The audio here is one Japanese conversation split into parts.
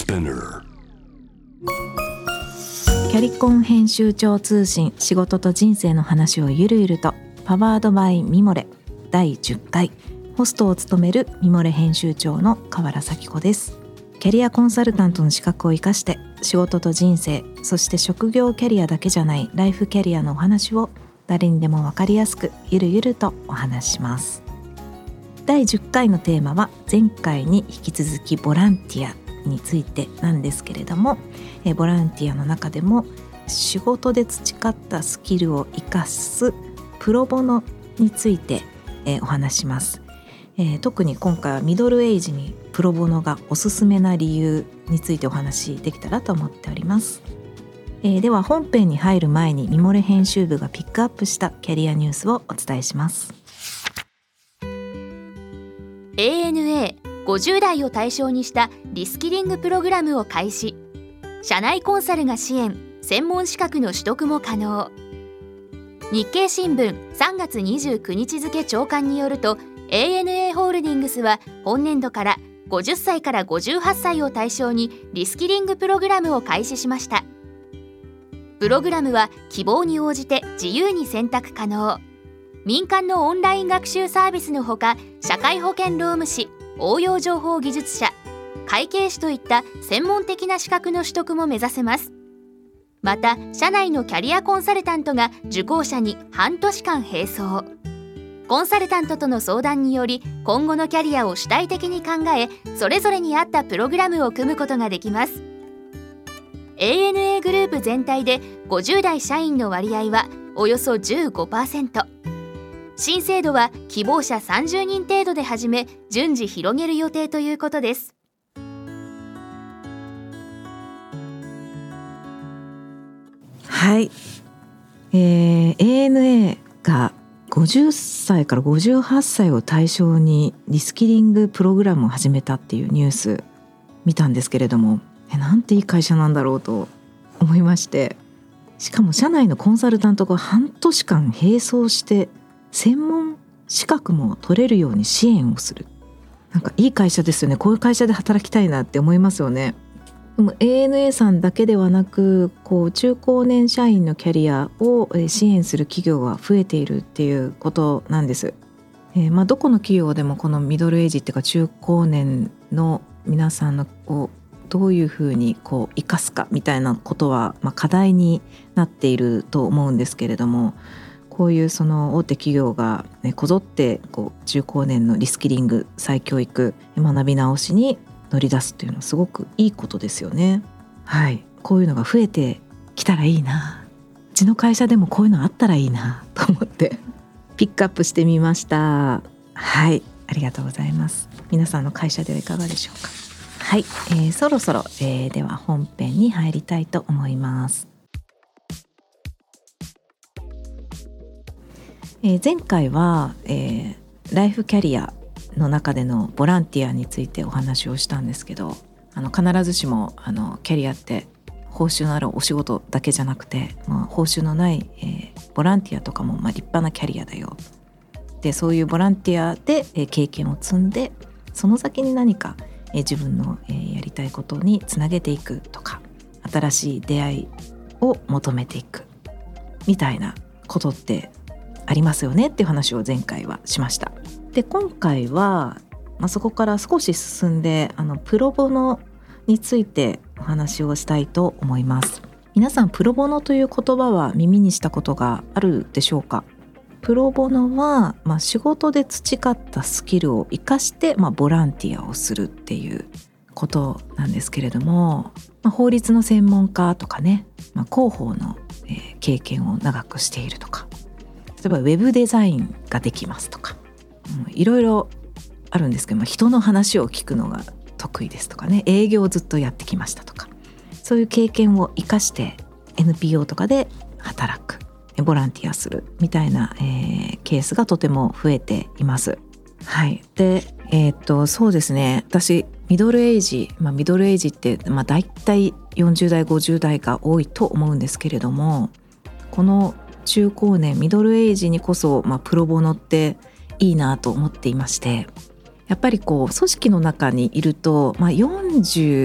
Spinner。 キャリコン編集長通信、仕事と人生の話をゆるゆると。パワードバイミモレ第10回、ホストを務めるミモレ編集長の河原咲子です。キャリアコンサルタントの資格を生かして仕事と人生、そして職業キャリアだけじゃないライフキャリアのお話を誰にでも分かりやすくゆるゆるとお話します。第10回のテーマは前回に引き続きボランティアについてなんですけれども、ボランティアの中でも仕事で培ったスキルを生かすプロボノについて、お話します。特に今回はミドルエイジにプロボノがおすすめな理由についてお話しできたらと思っております。では本編に入る前にミモレ編集部がピックアップしたキャリアニュースをお伝えします。 ANA50 代を対象にしたリスキリングプログラムを開始。社内コンサルが支援、専門資格の取得も可能。日経新聞3月29日付朝刊によると、 ANA ホールディングスは本年度から50歳から58歳を対象にリスキリングプログラムを開始しました。プログラムは希望に応じて自由に選択可能。民間のオンライン学習サービスのほか、社会保険労務士、応用情報技術者、会計士といった専門的な資格の取得も目指せます。また社内のキャリアコンサルタントが受講者に半年間並走。コンサルタントとの相談により今後のキャリアを主体的に考え、それぞれに合ったプログラムを組むことができます。 ANA グループ全体で50代社員の割合はおよそ 15%。 新制度は希望者30人程度で始め、順次広げる予定ということです。 はい、ANA が50歳から58歳を対象にリスキリングプログラムを始めたっていうニュース見たんですけれども、なんていい会社なんだろうと思いまして、しかも社内のコンサルタントが半年間並走して専門資格も取れるように支援をする。なんかいい会社ですよね。こういう会社で働きたいなって思いますよね。でも ANA さんだけではなく、中高年社員のキャリアを支援する企業が増えているっていうことなんです。どこの企業でもこのミドルエイジっていうか中高年の皆さんのをどういうふうに生かすかみたいなことは、課題になっていると思うんですけれども、こういうその大手企業が、こぞって中高年のリスキリング、再教育、学び直しに乗り出すっていうのはすごくいいことですよね。はい、こういうのが増えてきたらいいな、うちの会社でもこういうのあったらいいなと思ってピックアップしてみました。はい、ありがとうございます。皆さんの会社ではいかがでしょうか。はい、そろそろ、では本編に入りたいと思います。前回は、ライフキャリアの中でのボランティアについてお話をしたんですけど、必ずしもキャリアって報酬のあるお仕事だけじゃなくて、報酬のない、ボランティアとかも立派なキャリアだよ。でそういうボランティアで、経験を積んで、その先に何か、自分の、やりたいことにつなげていくとか、新しい出会いを求めていくみたいなことってありますよねっていう話を前回はしました。で今回は、そこから少し進んでプロボノについてお話をしたいと思います。皆さんプロボノという言葉は耳にしたことがあるでしょうか。プロボノは、仕事で培ったスキルを生かして、ボランティアをするっていうことなんですけれども、法律の専門家とかね、広報の、経験を長くしているとか、例えばウェブデザインができますとか、いろいろあるんですけど、人の話を聞くのが得意ですとかね、営業をずっとやってきましたとか、そういう経験を生かして NPO とかで働く、ボランティアするみたいな、ケースがとても増えています。はい。で、そうですね、私ミドルエイジ、ミドルエイジって、だいたい40代50代が多いと思うんですけれども、この中高年ミドルエイジにこそ、プロボノっていいなと思っていまして、やっぱり組織の中にいると、40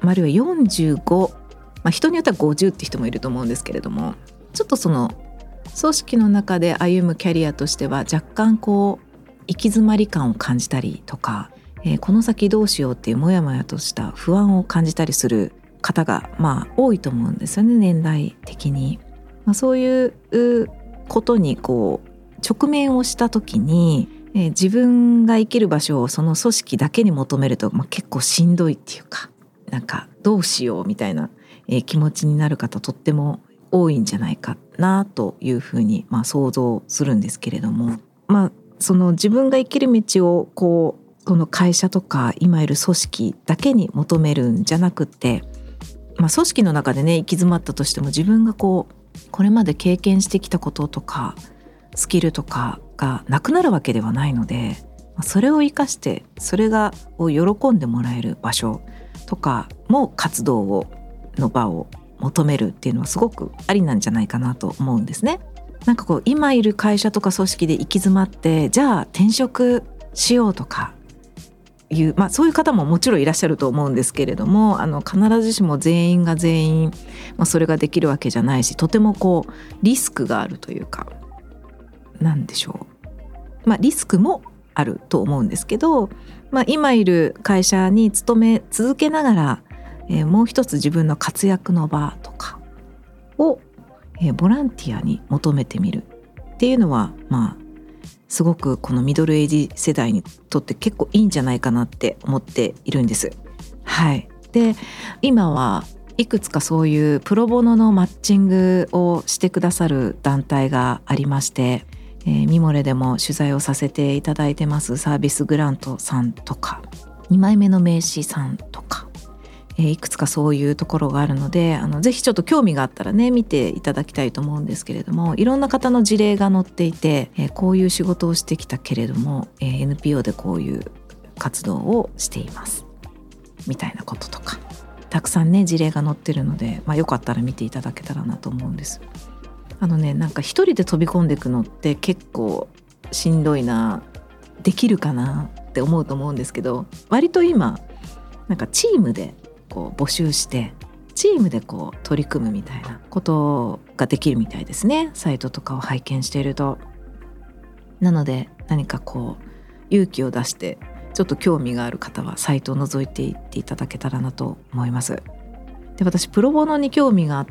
あるいは45、人によっては50って人もいると思うんですけれども、ちょっとその組織の中で歩むキャリアとしては若干行き詰まり感を感じたりとか、この先どうしようっていうもやもやとした不安を感じたりする方が多いと思うんですよね、年代的に。そういうことに直面をした時に、自分が生きる場所をその組織だけに求めると、結構しんどいっていうか、なんかどうしようみたいな、気持ちになる方とっても多いんじゃないかなというふうに想像するんですけれども、その自分が生きる道をこの会社とか今いる組織だけに求めるんじゃなくって、組織の中でね行き詰まったとしても、自分がこれまで経験してきたこととかスキルとかがなくなるわけではないので、それを生かしてそれが喜んでもらえる場所とかも活動の場を求めるっていうのはすごくありなんじゃないかなと思うんですね。なんか今いる会社とか組織で行き詰まって、じゃあ転職しようとかいう、そういう方ももちろんいらっしゃると思うんですけれども、必ずしも全員が全員、それができるわけじゃないし、とてもリスクがあるというか、なんでしょう、リスクもあると思うんですけど、今いる会社に勤め続けながら、もう一つ自分の活躍の場とかを、ボランティアに求めてみるっていうのは、すごくこのミドルエイジ世代にとって結構いいんじゃないかなって思っているんです。はい。で、今はいくつかそういうプロボノのマッチングをしてくださる団体がありまして、ミモレでも取材をさせていただいてますサービスグラントさんとか2枚目の名刺さんとか、いくつかそういうところがあるので、ぜひちょっと興味があったらね見ていただきたいと思うんですけれども、いろんな方の事例が載っていて、こういう仕事をしてきたけれども、NPO でこういう活動をしていますみたいなこととか、たくさんね事例が載ってるので、よかったら見ていただけたらなと思うんです。なんか一人で飛び込んでいくのって結構しんどいな、できるかなって思うと思うんですけど、割と今なんかチームで募集してチームで取り組むみたいなことができるみたいですね、サイトとかを拝見していると。なので何か勇気を出してちょっと興味がある方はサイトを覗いていっていただけたらなと思います。で、私プロボノに興味があって、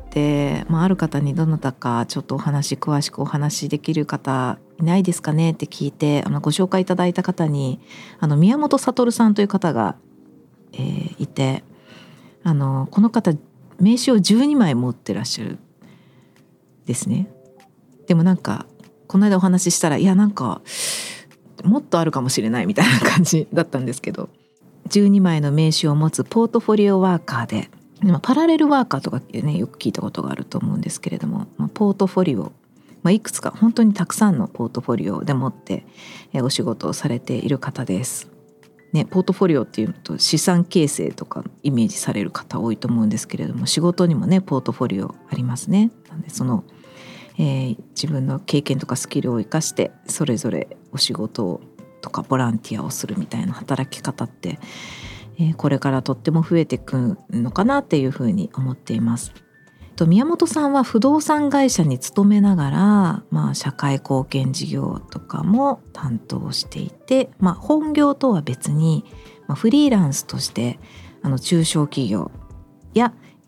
ある方にどなたかちょっと詳しくお話できる方いないですかねって聞いて、ご紹介いただいた方に宮本悟さんという方が、いて、この方名刺を12枚持ってらっしゃるですね。でもなんかこの間お話ししたら、いやなんかもっとあるかもしれないみたいな感じだったんですけど、12枚の名刺を持つポートフォリオワーカーで、パラレルワーカーとかってねよく聞いたことがあると思うんですけれども、ポートフォリオ、いくつか本当にたくさんのポートフォリオでもって、お仕事をされている方です。ポートフォリオっていうと資産形成とかイメージされる方多いと思うんですけれども、仕事にもねポートフォリオありますね。なのでその、自分の経験とかスキルを生かしてそれぞれお仕事とかボランティアをするみたいな働き方って、これからとっても増えていくのかなっていうふうに思っています。宮本さんは不動産会社に勤めながら、社会貢献事業とかも担当していて、本業とは別に、フリーランスとして中小企業や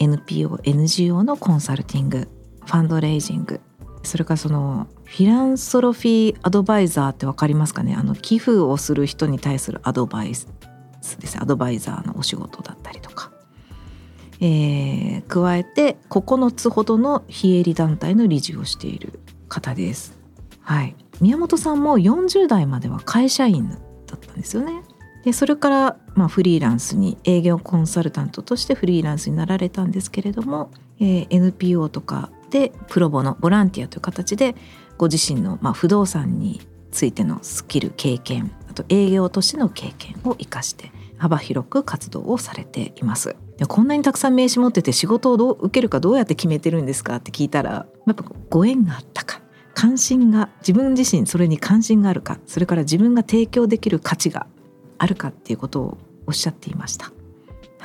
NPO、NGO のコンサルティング、ファンドレイジング、それからそのフィランソロフィーアドバイザーって分かりますかね。寄付をする人に対するアドバイスです。アドバイザーのお仕事だったりとか、加えて9つほどの非営利団体の理事をしている方です。はい、宮本さんも40代までは会社員だったんですよね。でそれから、フリーランスに営業コンサルタントとしてフリーランスになられたんですけれども、NPO とかでプロボノボランティアという形でご自身の、不動産についてのスキル経験、あと営業としての経験を生かして幅広く活動をされています。こんなにたくさん名刺持ってて仕事を受けるかどうやって決めてるんですかって聞いたら、やっぱご縁があったか、関心が、自分自身それに関心があるか、それから自分が提供できる価値があるかっていうことをおっしゃっていました。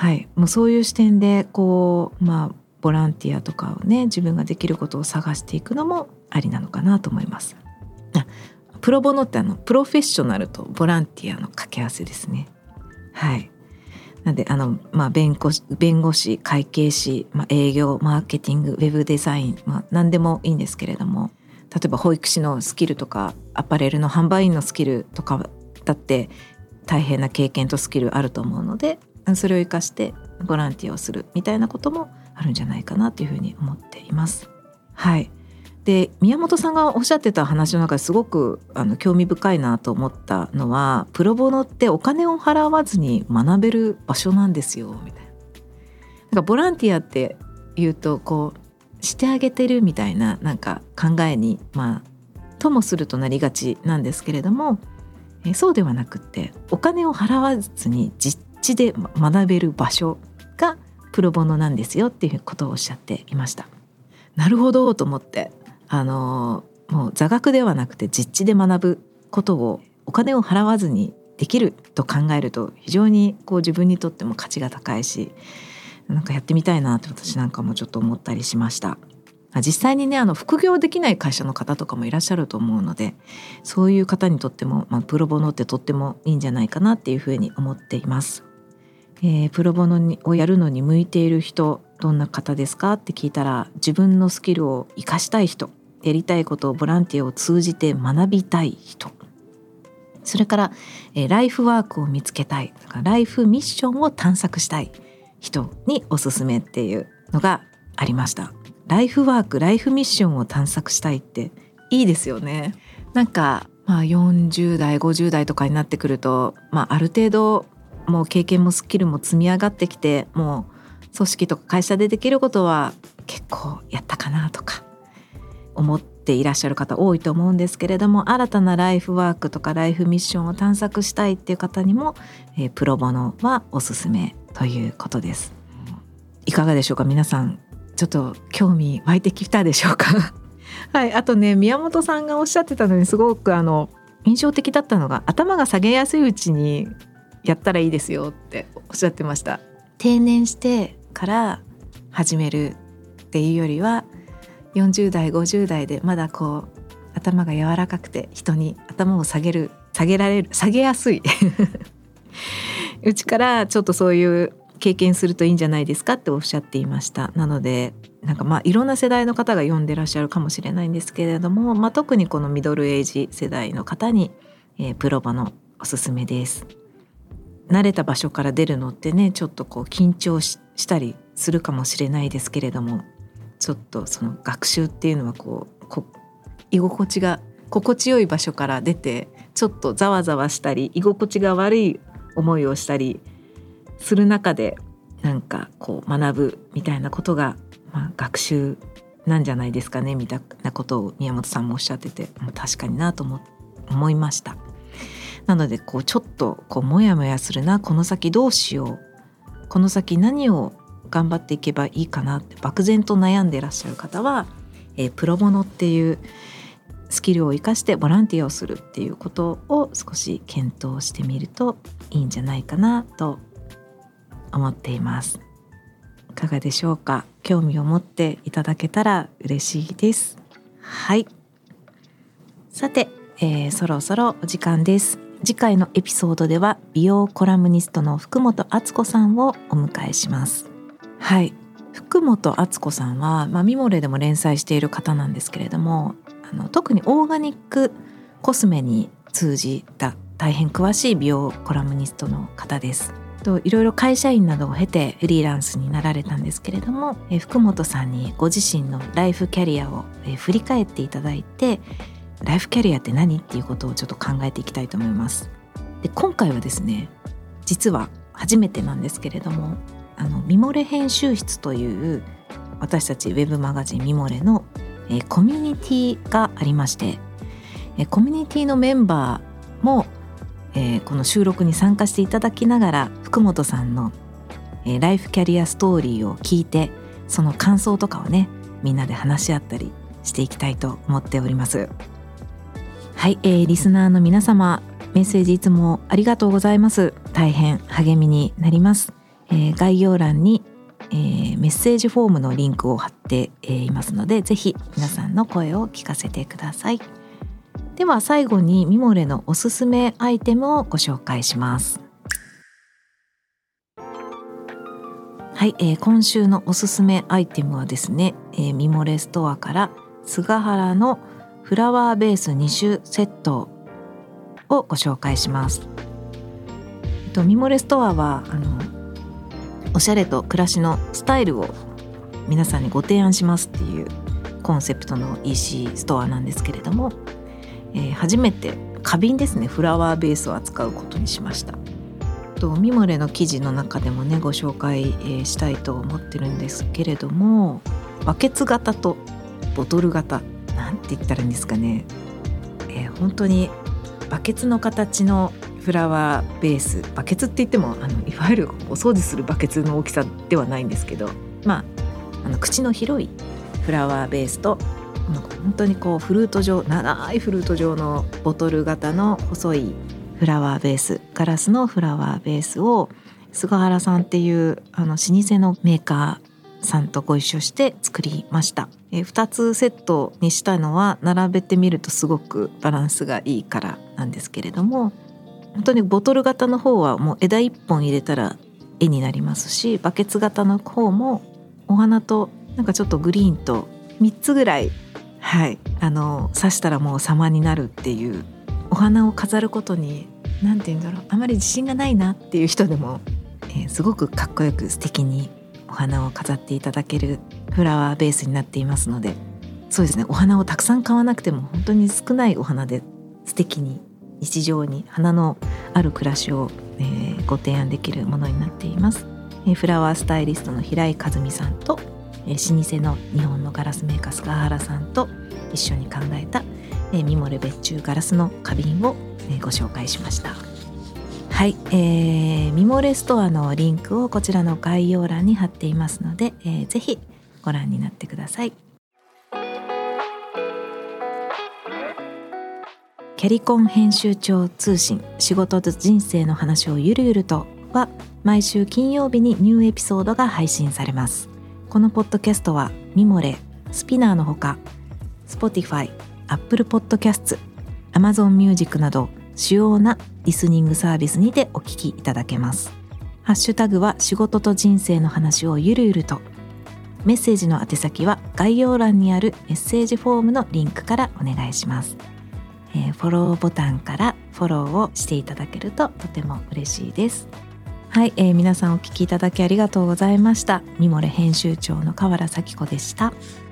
はい、もうそういう視点でこう、ボランティアとかをね、自分ができることを探していくのもありなのかなと思います。プロボノってプロフェッショナルとボランティアの掛け合わせですね。はい。なんで弁護士、会計士、営業、マーケティング、ウェブデザイン、何でもいいんですけれども、例えば保育士のスキルとかアパレルの販売員のスキルとかだって大変な経験とスキルあると思うので、それを生かしてボランティアをするみたいなこともあるんじゃないかなというふうに思っています。はい。で、宮本さんがおっしゃってた話の中ですごく興味深いなと思ったのは、プロボノってお金を払わずに学べる場所なんですよみたいな。なんかボランティアって言うとこうしてあげてるみたいな考えにともするとなりがちなんですけれども、そうではなくってお金を払わずに実地で学べる場所がプロボノなんですよっていうことをおっしゃっていました。なるほどと思って、もう座学ではなくて実地で学ぶことをお金を払わずにできると考えると非常にこう自分にとっても価値が高いし、やってみたいなって私なんかもちょっと思ったりしました。実際にね、副業できない会社の方とかもいらっしゃると思うので、そういう方にとっても、プロボノってとってもいいんじゃないかなっていうふうに思っています。プロボノをやるのに向いている人、どんな方ですかって聞いたら、自分のスキルを生かしたい人、やりたいことをボランティアを通じて学びたい人、それから、ライフワークを見つけたい、ライフミッションを探索したい人におすすめっていうのがありました。ライフワーク、ライフミッションを探索したいっていいですよね。40代50代とかになってくると、ある程度もう経験もスキルも積み上がってきて、もう組織とか会社でできることは結構やったかなとか思っていらっしゃる方多いと思うんですけれども、新たなライフワークとかライフミッションを探索したいっていう方にも、プロボノはおすすめということです。いかがでしょうか皆さん、ちょっと興味湧いてきたでしょうかはい。あとね、宮本さんがおっしゃってたのにすごく印象的だったのが、頭が下げやすいうちにやったらいいですよっておっしゃってました。定年してから始めるっていうよりは、40代50代でまだこう頭が柔らかくて人に頭を下げやすいうちからちょっとそういう経験するといいんじゃないですかっておっしゃっていました。なのでいろんな世代の方が読んでらっしゃるかもしれないんですけれども、特にこのミドルエイジ世代の方に、プロボノおすすめです。慣れた場所から出るのってね、ちょっとこう緊張したりするかもしれないですけれども、ちょっとその学習っていうのは居心地が心地よい場所から出て、ちょっとざわざわしたり居心地が悪い思いをしたりする中で学ぶみたいなことが、学習なんじゃないですかねみたいなことを宮本さんもおっしゃってて、確かになと思いました。なのでちょっとモヤモヤするな、この先どうしよう、この先何を頑張っていけばいいかなって漠然と悩んでいらっしゃる方は、プロボノっていうスキルを生かしてボランティアをするっていうことを少し検討してみるといいんじゃないかなと思っています。いかがでしょうか。興味を持っていただけたら嬉しいです。はい。さて、そろそろお時間です。次回のエピソードでは美容コラムニストの福本敦子さんをお迎えします。はい。福本敦子さんは、ミモレでも連載している方なんですけれども、特にオーガニックコスメに通じた大変詳しい美容コラムニストの方です。いろいろ会社員などを経てフリーランスになられたんですけれども、福本さんにご自身のライフキャリアを振り返っていただいて、ライフキャリアって何っていうことをちょっと考えていきたいと思います。で、今回はですね、実は初めてなんですけれども、ミモレ編集室という私たちウェブマガジンミモレのコミュニティがありまして、コミュニティのメンバーもこの収録に参加していただきながら、福本さんのライフキャリアストーリーを聞いて、その感想とかをね、みんなで話し合ったりしていきたいと思っております。はい、リスナーの皆様、メッセージいつもありがとうございます。大変励みになります。 概要欄に、メッセージフォームのリンクを貼っていますので、ぜひ皆さんの声を聞かせてください。では最後にミモレのおすすめアイテムをご紹介します。はい、今週のおすすめアイテムはですね、ミモレストアから菅原のフラワーベース2種セットをご紹介します。ミモレストアはおしゃれと暮らしのスタイルを皆さんにご提案しますっていうコンセプトの EC ストアなんですけれども、初めて花瓶ですね、フラワーベースを扱うことにしました。ミモレの記事の中でもねご紹介、したいと思ってるんですけれども、バケツ型とボトル型なんて言ったらいいんですかね、本当にバケツの形のフラワーベース、バケツって言ってもいわゆるお掃除するバケツの大きさではないんですけど、口の広いフラワーベースと本当にこうフルート状、長いフルート状のボトル型の細いフラワーベース、ガラスのフラワーベースを菅原さんっていう老舗のメーカーさんとご一緒して作りました。2つセットにしたのは並べてみるとすごくバランスがいいからなんですけれども、本当にボトル型の方はもう枝1本入れたら絵になりますし、バケツ型の方もお花とちょっとグリーンと3つぐらい、刺したらもう様になるっていう、お花を飾ることにあまり自信がないなっていう人でも、すごくかっこよく素敵にお花を飾っていただけるフラワーベースになっていますので、そうですね、お花をたくさん買わなくても本当に少ないお花で素敵に日常に花のある暮らしを、ご提案できるものになっています。フラワースタイリストの平井和美さんと、老舗の日本のガラスメーカー菅原さんと一緒に考えた、ミモレ別注ガラスの花瓶を、ご紹介しました。はい、ミモレストアのリンクをこちらの概要欄に貼っていますので、ぜひご覧になってください。キャリコン編集長通信、仕事と人生の話をゆるゆるとは毎週金曜日にニューエピソードが配信されます。このポッドキャストはミモレ、スピナーのほか Spotify、Apple Podcasts、Amazon Music など主要なリスニングサービスにてお聞きいただけます。ハッシュタグは仕事と人生の話をゆるゆると。メッセージの宛先は概要欄にあるメッセージフォームのリンクからお願いします。フォローボタンからフォローをしていただけるととても嬉しいです。はい、皆さんお聞きいただきありがとうございました。ミモレ編集長の河原咲子でした。